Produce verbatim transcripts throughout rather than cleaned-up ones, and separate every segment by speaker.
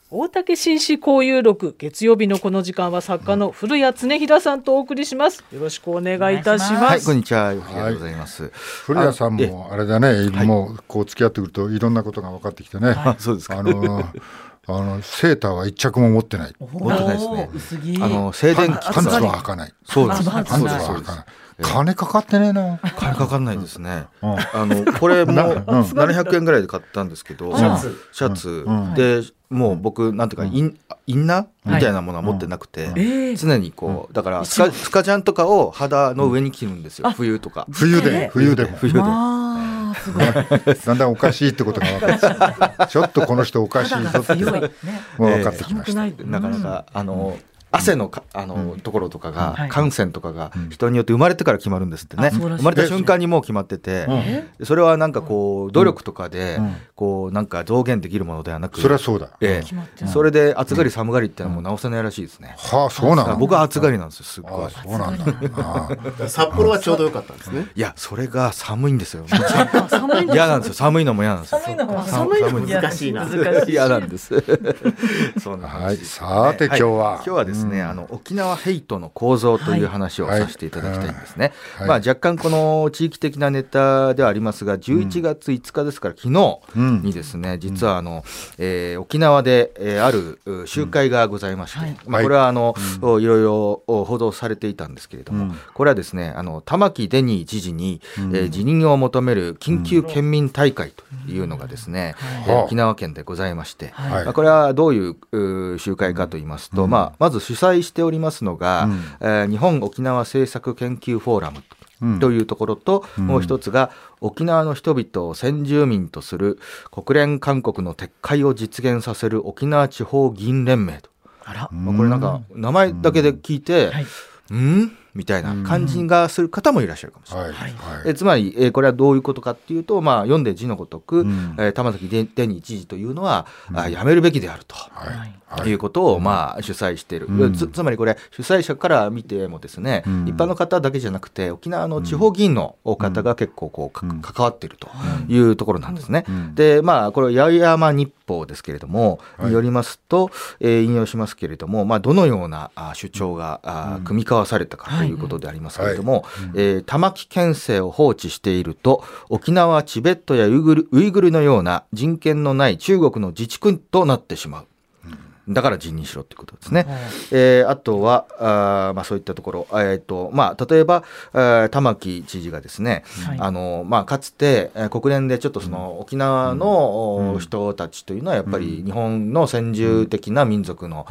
Speaker 1: 大竹紳士交友録、月曜日のこの時間は作家の古谷恒平さんとお送りします。よろしくお願いいたします。
Speaker 2: はい、こんにちは。ありがとうございます。はい、
Speaker 3: 古谷さんもあれだね、もうこう付き合ってくるといろんなことが分かってきてね。
Speaker 2: はい、そうですか。
Speaker 3: あのあのセーターは一着も持ってない。
Speaker 2: 持ってないですね。薄着。あの静電気
Speaker 3: パンツは履かない。
Speaker 2: そうです。
Speaker 3: パンツは履かない。金かかってねえな。
Speaker 2: 金かかんないですね。うん、あのこれもななひゃくえんぐらいで買ったんですけど、シャツ、シャツ、うん、でもう僕なんていうか、うん、インインナーみたいなものは持ってなくて、はい、常にこうだからスカスカジャンとかを肌の上に着るんですよ。冬とか。
Speaker 3: 冬で冬でも
Speaker 2: 冬で。
Speaker 1: すごい
Speaker 3: だんだんおかしいってことが分かってちょっとこの人おかしいぞってもう分かってきました。
Speaker 2: なかなかあの。汗のかあの、うん、ところとかが、はい、汗腺とかが人によって生まれてから決まるんですってね、うん、生まれた瞬間にもう決まってて、うん、それはなんかこう努力とかで、うん、こうなんか増減できるものではなく、
Speaker 3: それはそうだ、
Speaker 2: ええ、それで暑がり寒がりってのはもう直せないらしいですね、
Speaker 3: うん、はあ、そうなんだ。
Speaker 2: 僕は暑がりなんですよ、すっごい。
Speaker 3: ああ、そうなんだ。
Speaker 4: 札幌はちょうどよかったんですね。
Speaker 2: いや、それが寒いんですよ。嫌なんですよ。寒いのも嫌なんですよ。
Speaker 1: 寒いのも寒いのも
Speaker 4: 難しいな。
Speaker 2: 嫌なんです。
Speaker 3: そうなんです。はい、さて今日は、はい、
Speaker 2: 今日はですね、うん、あの沖縄ヘイトの構造という話をさせていただきたいんですね。はいはい、まあ、若干この地域的なネタではありますが、じゅういちがついつかですから、昨日にですね、うん、実はあの、えー、沖縄で、えー、ある集会がございまして、うん、はい、まあ、これはあの、うん、いろいろ報道されていたんですけれども、うん、これはですね、あの玉城デニー知事に、うん、えー、辞任を求める緊急県民大会というのがですね、うん、えー、沖縄県でございまして、はい、まあ、これはどういう集会かといいますと、うん、まあ、まず主催しておりますのが、うん、えー、日本沖縄政策研究フォーラムというところと、うん、もう一つが沖縄の人々を先住民とする国連勧告の撤回を実現させる沖縄地方議員連盟と。あら、まあ、これなんか名前だけで聞いて、うん、はい、んみたいな感じがする方もいらっしゃるかもしれない、はいはい、えつまり、えー、これはどういうことかっていうと、まあ、読んで字のごとく、うん、えー、玉城デニー知事というのは、うん、あやめるべきであると、はいはい、いうことを、まあ、主催している、うん、つ, つまりこれ主催者から見てもですね、うん、一般の方だけじゃなくて沖縄の地方議員の方が結構こう、うん、関わっているというところなんですね、うん、で、まあ、これ八重山日報ですけれども、はい、によりますと、えー、引用しますけれども、まあ、どのようなあ主張が、うん、あ組み交わされたかということでありますけれども、はい、えー、玉城県政を放置していると沖縄、チベットやウイグル、ウイグルのような人権のない中国の自治区となってしまう。だから辞任しろということですね、はい、えー、あとはあ、まあ、そういったところ、えーとまあ、例えば、えー、玉城知事がですね、はい、あのまあ、かつて、えー、国連でちょっとその、うん、沖縄の、うん、人たちというのはやっぱり日本の先住的な民族の、うん、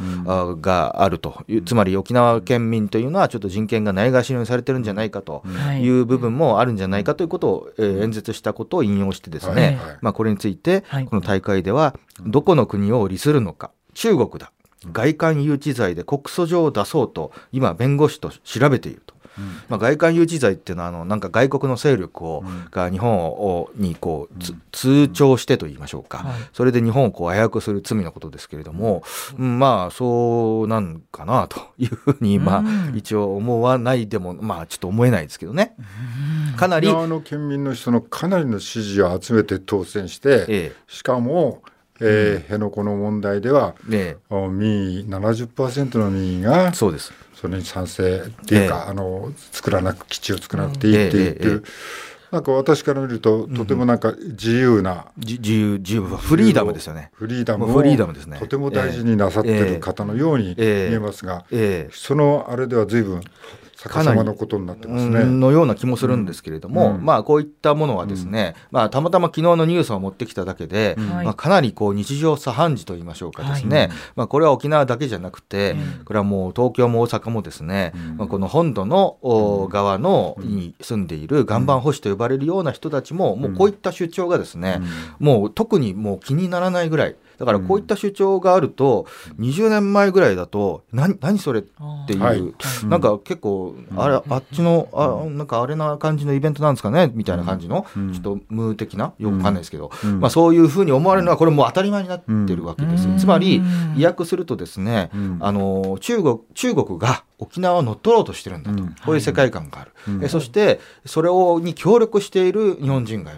Speaker 2: があるという、つまり沖縄県民というのはちょっと人権がないがしろにされてるんじゃないかという部分もあるんじゃないかということを、えー、演説したことを引用してですね、はいはい、まあ、これについて、はい、この大会ではどこの国を利するのか、中国だ、外観誘致罪で告訴状を出そうと今弁護士と調べていると、うん、まあ、外観誘致罪っていうのはあのなんか外国の勢力を、うん、が日本をにこう、うん、通帳してと言いましょうか、はい、それで日本をこう危うくする罪のことですけれども、うん、まあそうなんかなというふうに、まあ、一応思わないでも、まあ、ちょっと思えないですけどね、うん、かなり
Speaker 3: 沖縄の県民の人のかなりの支持を集めて当選して、ええ、しかもえー、うん、辺野古の問題では、ね、民意 ななじゅっパーセント の民意が
Speaker 2: そうです、
Speaker 3: それに賛成っていうか、えー、あの作らなく基地を作らなくていいって言ってる、えーえー、なんか私から見るととてもなんか自由な、
Speaker 2: うん、自由自由フリーダムですよね。
Speaker 3: フリーダムをとても大事になさっている方のように見えますが、えーえー、そのあれでは随分逆さまのことになってますね
Speaker 2: のような気もするんですけれども、うん、まあ、こういったものはですね、うん、まあ、たまたま昨日のニュースを持ってきただけで、うん、まあ、かなりこう日常茶飯事といいましょうかですね、はい、まあ、これは沖縄だけじゃなくて、うん、これはもう東京も大阪もですね、うん、まあ、この本土の側のに住んでいる岩盤保守と呼ばれるような人たちも、もうこういった主張がですね、うん、もう特にもう気にならないぐらいだからこういった主張があると、うん、にじゅうねんまえぐらいだと 何, 何それっていう、はい、なんか結構あれ、あっちのあなんかあれな感じのイベントなんですかねみたいな感じの、うん、ちょっと無的なよくわかんないですけど、うん、まあ、そういうふうに思われるのはこれもう当たり前になってるわけです、うん、つまり意訳するとですね、うん、あの中国、中国が沖縄を乗っ取ろうとしてるんだと、うん、こういう世界観がある、はい、えそしてそれをに協力している日本人がいるんだと、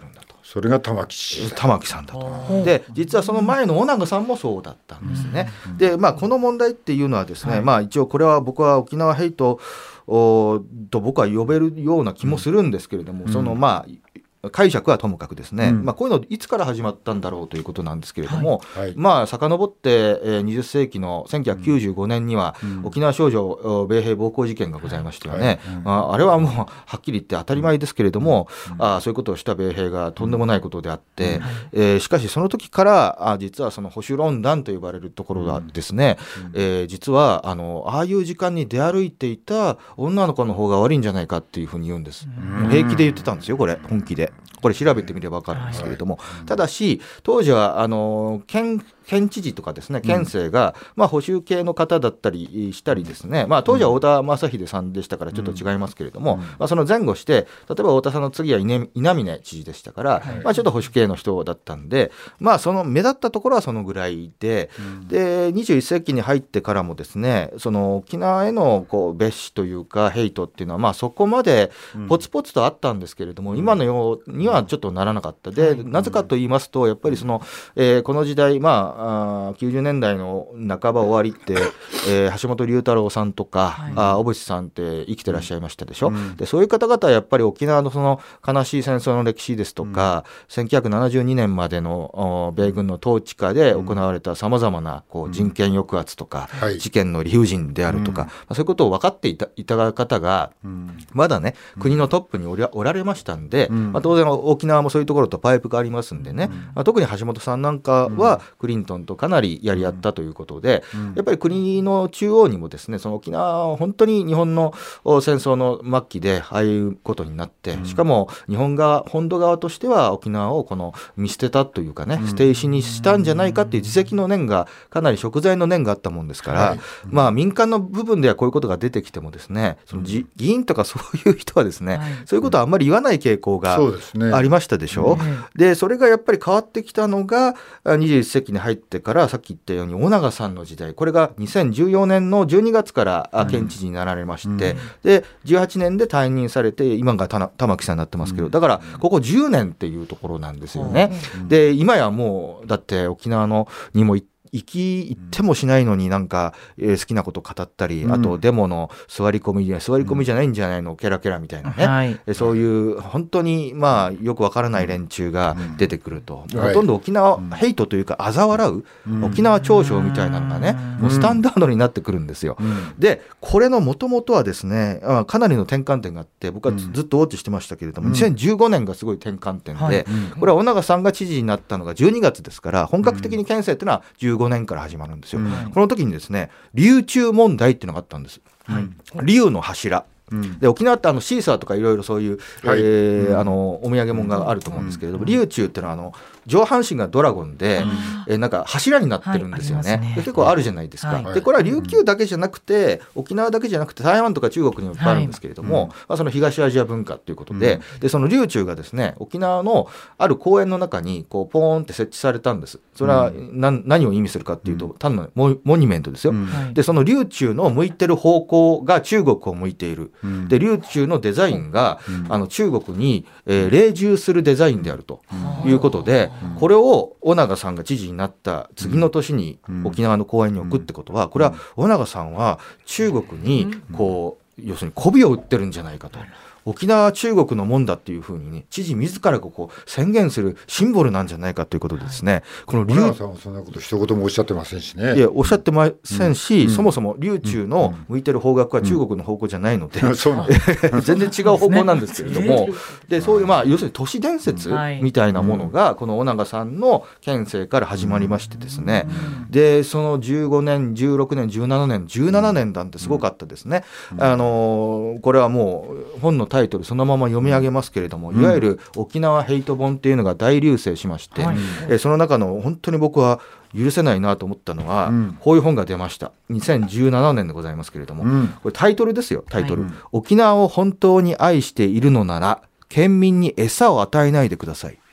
Speaker 3: それが玉木氏
Speaker 2: 玉木さんだと。で実はその前の尾長さんもそうだったんですね。で、まあ、この問題っていうのはですね、はい、まあ、一応これは僕は沖縄ヘイトと僕は呼べるような気もするんですけれども、うん、そのまあ解釈はともかくですね、うんまあ、こういうのいつから始まったんだろうということなんですけれども、はいはい、まあ遡って、えー、にじゅっせいきのせんきゅうひゃくきゅうじゅうごねんには、うん、沖縄少女米兵暴行事件がございましたよね、はいうんまあ、あれはもうはっきり言って当たり前ですけれども、うん、あそういうことをした米兵がとんでもないことであって、うんえー、しかしその時からあ実はその保守論壇と呼ばれるところがですね、うんえー、実はあのああいう時間に出歩いていた女の子の方が悪いんじゃないかっていうふうに言うんです、うん、平気で言ってたんですよこれ本気で。これ調べてみれば分かるんですけれども、はい、ただし当時はあの県県知事とかですね県政が、うんまあ、保守系の方だったりしたりですね、まあ、当時は太田正秀さんでしたからちょっと違いますけれども、うんまあ、その前後して例えば太田さんの次は稲峰知事でしたから、はいまあ、ちょっと保守系の人だったんで、まあ、その目立ったところはそのぐらいで、うん、でにじゅういっせいきに入ってからもですねその沖縄へのこう蔑視というかヘイトっていうのは、まあ、そこまでポツポツとあったんですけれども、うん、今のようにはちょっとならなかったで、なぜかと言いますとやっぱりその、えー、この時代、まあ、あきゅうじゅうねんだいの半ば終わりって、えー、橋本龍太郎さんとか、はい、あ小渕さんって生きてらっしゃいましたでしょ、うん、でそういう方々はやっぱり沖縄のその悲しい戦争の歴史ですとか、うん、せんきゅうひゃくななじゅうにねんまでの米軍の統治下で行われたさまざまなこう人権抑圧とか、うん、事件の理不尽であるとか、うんまあ、そういうことを分かっていた、いた方が、うん、まだね国のトップにおりゃ、おられましたんで、うんまあ、当然沖縄もそういうところとパイプがありますんでね、うんまあ、特に橋本さんなんかはクリントンとかなりやり合ったということで、うん、やっぱり国の中央にもですねその沖縄は本当に日本の戦争の末期でああいうことになって、うん、しかも日本側本土側としては沖縄をこの見捨てたというかね、うん、捨て石にしたんじゃないかっていう自責の念がかなり贖罪の念があったもんですから、はいうんまあ、民間の部分ではこういうことが出てきてもですねその議員とかそういう人はですね、はい、そういうことはあんまり言わない傾向がありましたでしょ、うん、でそれがやっぱり変わってきたのがにじゅういっせいきに入ってからさっき言ったように尾長さんの時代これがにせんじゅうよねんのじゅうにがつから県知事になられまして、うん、でじゅうはちねんで退任されて今が玉木さんになってますけどだからここじゅうねんっていうところなんですよね、うん、で今やもうだって沖縄のにも行って行き行ってもしないのになんか、えー、好きなこと語ったり、うん、あとデモの座り込み座り込みじゃないんじゃないの、うん、ケラケラみたいなね、はい、そういう本当にまあよくわからない連中が出てくると、うん、ほとんど沖縄、はい、ヘイトというか嘲笑う、うん、沖縄嘲笑みたいなのがね、うん、もうスタンダードになってくるんですよ、うん、でこれの元々はですねかなりの転換点があって僕はずっとウォッチしてましたけれども、うん、にせんじゅうごねんがすごい転換点で、はい、これは尾長さんが知事になったのがじゅうにがつですから本格的に県政っていうのはじゅうごねんから始まるんですよ、うん、この時にですね琉球問題っていうのがあったんです、はい、竜の柱うん、で沖縄ってあのシーサーとかいろいろそういう、はいえーうん、あのお土産物があると思うんですけれども、うん、琉球っていうのはあの上半身がドラゴンで、うんえー、なんか柱になってるんですよね、はい、ねで結構あるじゃないですか、はい、でこれは琉球だけじゃなくて、うん、沖縄だけじゃなくて台湾とか中国にもいっぱいあるんですけれども、はいまあ、その東アジア文化ということで、うん、でその琉球がですね沖縄のある公園の中にこうポーンって設置されたんです。それは何、何を意味するかっていうと、うん、単なる モ, モニュメントですよ、うん、でその琉球の向いてる方向が中国を向いている、うん、で琉球のデザインが、うん、あの中国に、えー、隷従するデザインであるということで、うん、これを尾長さんが知事になった次の年に沖縄の公園に置くってことは、これは尾長さんは中国にこう要するに媚びを売ってるんじゃないかと。沖縄は中国のもんだっていうふうにね知事自らがこう宣言するシンボルなんじゃないかということでですね、この
Speaker 3: 尾長さんはそんなこと一言もおっしゃってませんしね。
Speaker 2: いやおっしゃってませんし、うん、そもそも琉球の向いてる方角は中国の方向じゃないので、うん、全然違う方向なんですけれども、でそういうまあ要するに都市伝説みたいなものがこの尾長さんの県政から始まりましてですね、でそのじゅうごねんじゅうろくねんじゅうななねんじゅうななねんなんてすごかったですね、あのこれはもう本のタイトルそのまま読み上げますけれども、いわゆる沖縄ヘイト本っていうのが大流星しまして、はい、えその中の本当に僕は許せないなと思ったのは、うん、こういう本が出ました。にせんじゅうななねんでございますけれども、うん、これタイトルですよタイトル、はい、沖縄を本当に愛しているのなら県民に餌を与えないでください。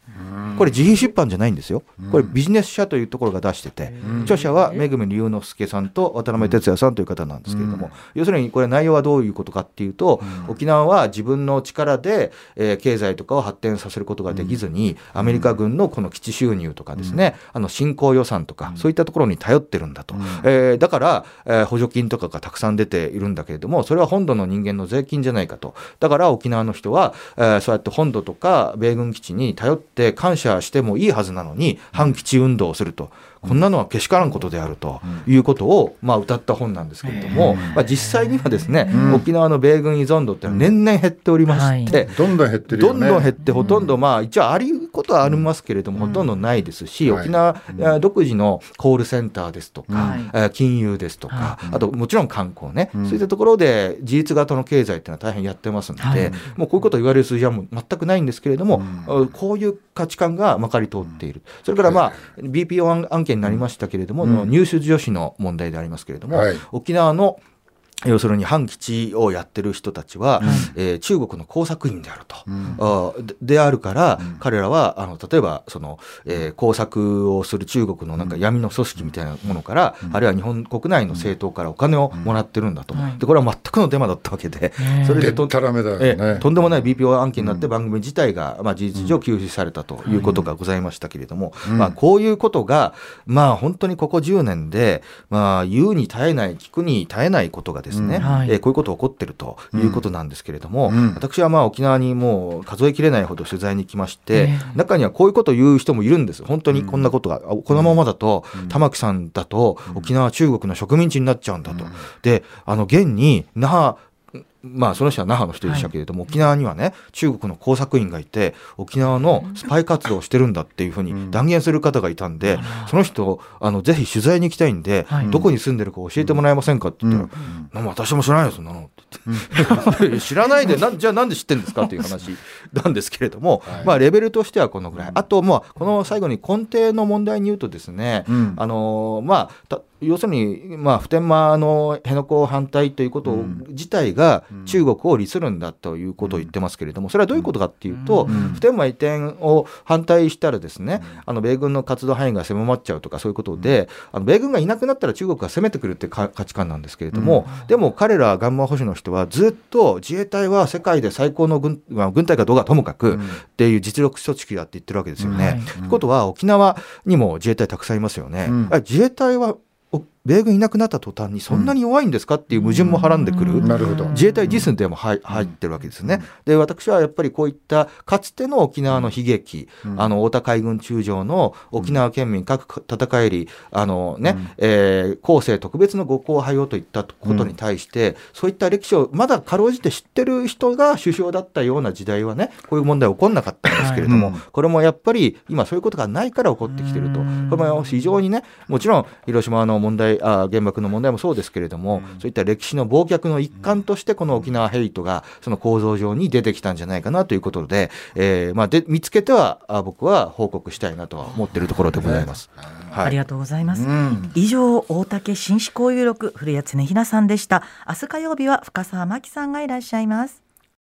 Speaker 2: これ自費出版じゃないんですよ。これビジネス社というところが出してて、著者はめぐみ龍之介さんと渡辺哲也さんという方なんですけれども、要するにこれ内容はどういうことかっていうと、沖縄は自分の力で、えー、経済とかを発展させることができずに、アメリカ軍のこの基地収入とかですね、あの振興予算とかそういったところに頼ってるんだと、えー、だから、えー、補助金とかがたくさん出ているんだけれども、それは本土の人間の税金じゃないかと。だから沖縄の人は、えー、そうやって本土とか米軍基地に頼って感謝してもいいはずなのに反基地運動をすると、こんなのはけしからんことであるということを、まあ、歌った本なんですけれども、まあ、実際にはですね、沖縄の米軍依存度って年々減っておりまして、
Speaker 3: どんどん減ってるよね。
Speaker 2: どんどん減って、ほとんど、まあ一応ありことはありますけれども、ほとんどないですし、沖縄独自のコールセンターですとか、金融ですとか、あともちろん観光ね、そういったところで事実型の経済っていうのは大変やってますので、もうこういうことを言われる数字はもう全くないんですけれども、こういう価値観がまかり通っている。それからまあ ビーピーオー 案件になりましたけれども、うん、入手女子の問題でありますけれども、はい、沖縄の要するに反基地をやってる人たちは、うんえー、中国の工作員であると、うん、あ で, であるから、うん、彼らはあの例えばその、えー、工作をする中国のなんか闇の組織みたいなものから、うん、あるいは日本国内の政党からお金をもらってるんだと、うん、でこれは全くのデマだったわけで、
Speaker 3: うん、それで と,
Speaker 2: で
Speaker 3: たらめだよね、え
Speaker 2: ー、とんでもない ビーピーオー 案件になって番組自体が、まあ、事実上休止されたということがございましたけれども、うんまあ、こういうことが、まあ、本当にここじゅうねんで、まあ、言うに耐えない聞くに耐えないことがですね、うんはいえー、こういうことが起こっているということなんですけれども、うん、私はまあ沖縄にもう数えきれないほど取材に来まして、うん、中にはこういうことを言う人もいるんです。本当にこんなことが、うん、このままだと、うん、玉木さんだと沖縄は中国の植民地になっちゃうんだと、うん、であの現に那覇まあ、その人は那覇の人でしたけれども、はい、沖縄にはね中国の工作員がいて沖縄のスパイ活動をしてるんだっていうふうに断言する方がいたんで、うん、その人あのぜひ取材に行きたいんで、はい、どこに住んでるか教えてもらえませんかって言ったら、うん、私も知らないよそんなのって言って、うん、知らないでなじゃあなんで知ってるんですかっていう話なんですけれども、はい、まあ、レベルとしてはこのぐらい。あと、まあ、この最後に根底の問題に言うとですね、うん、あのまあた要するに、まあ、普天間の辺野古反対ということ自体が中国を利するんだということを言ってますけれども、それはどういうことかっていうと、普天間移転を反対したらですね、あの米軍の活動範囲が狭まっちゃうとかそういうことで、あの米軍がいなくなったら中国が攻めてくるって価値観なんですけれども、でも彼らガンマ保守の人はずっと自衛隊は世界で最高の 軍,、まあ、軍隊かどうかともかくっていう実力組織だって言ってるわけですよね。と、うん、いうことは沖縄にも自衛隊たくさんいますよね。うん、自衛隊は米軍いなくなった途端にそんなに弱いんですかっていう矛盾もはらんでくる、うん、なるほど。自衛隊ディスンでも入ってるわけですね。で私はやっぱりこういったかつての沖縄の悲劇、うん、あの太田海軍中将の沖縄県民各戦えりあの、ねうんえー、後世特別のご高配をといったことに対して、うん、そういった歴史をまだかろうじて知ってる人が首相だったような時代はねこういう問題起こんなかったんですけれども、はい、これもやっぱり今そういうことがないから起こってきてると。これも非常にねもちろん広島の問題あ原爆の問題もそうですけれども、うん、そういった歴史の忘却の一環としてこの沖縄ヘイトがその構造上に出てきたんじゃないかなということで、えーまあ、で見つけては僕は報告したいなとは思っているところでございます。はい、
Speaker 5: ありがとうございます。うん、以上大竹紳士交友録古谷恒平さんでした。明日火曜日は深澤真希さんがいらっしゃいます。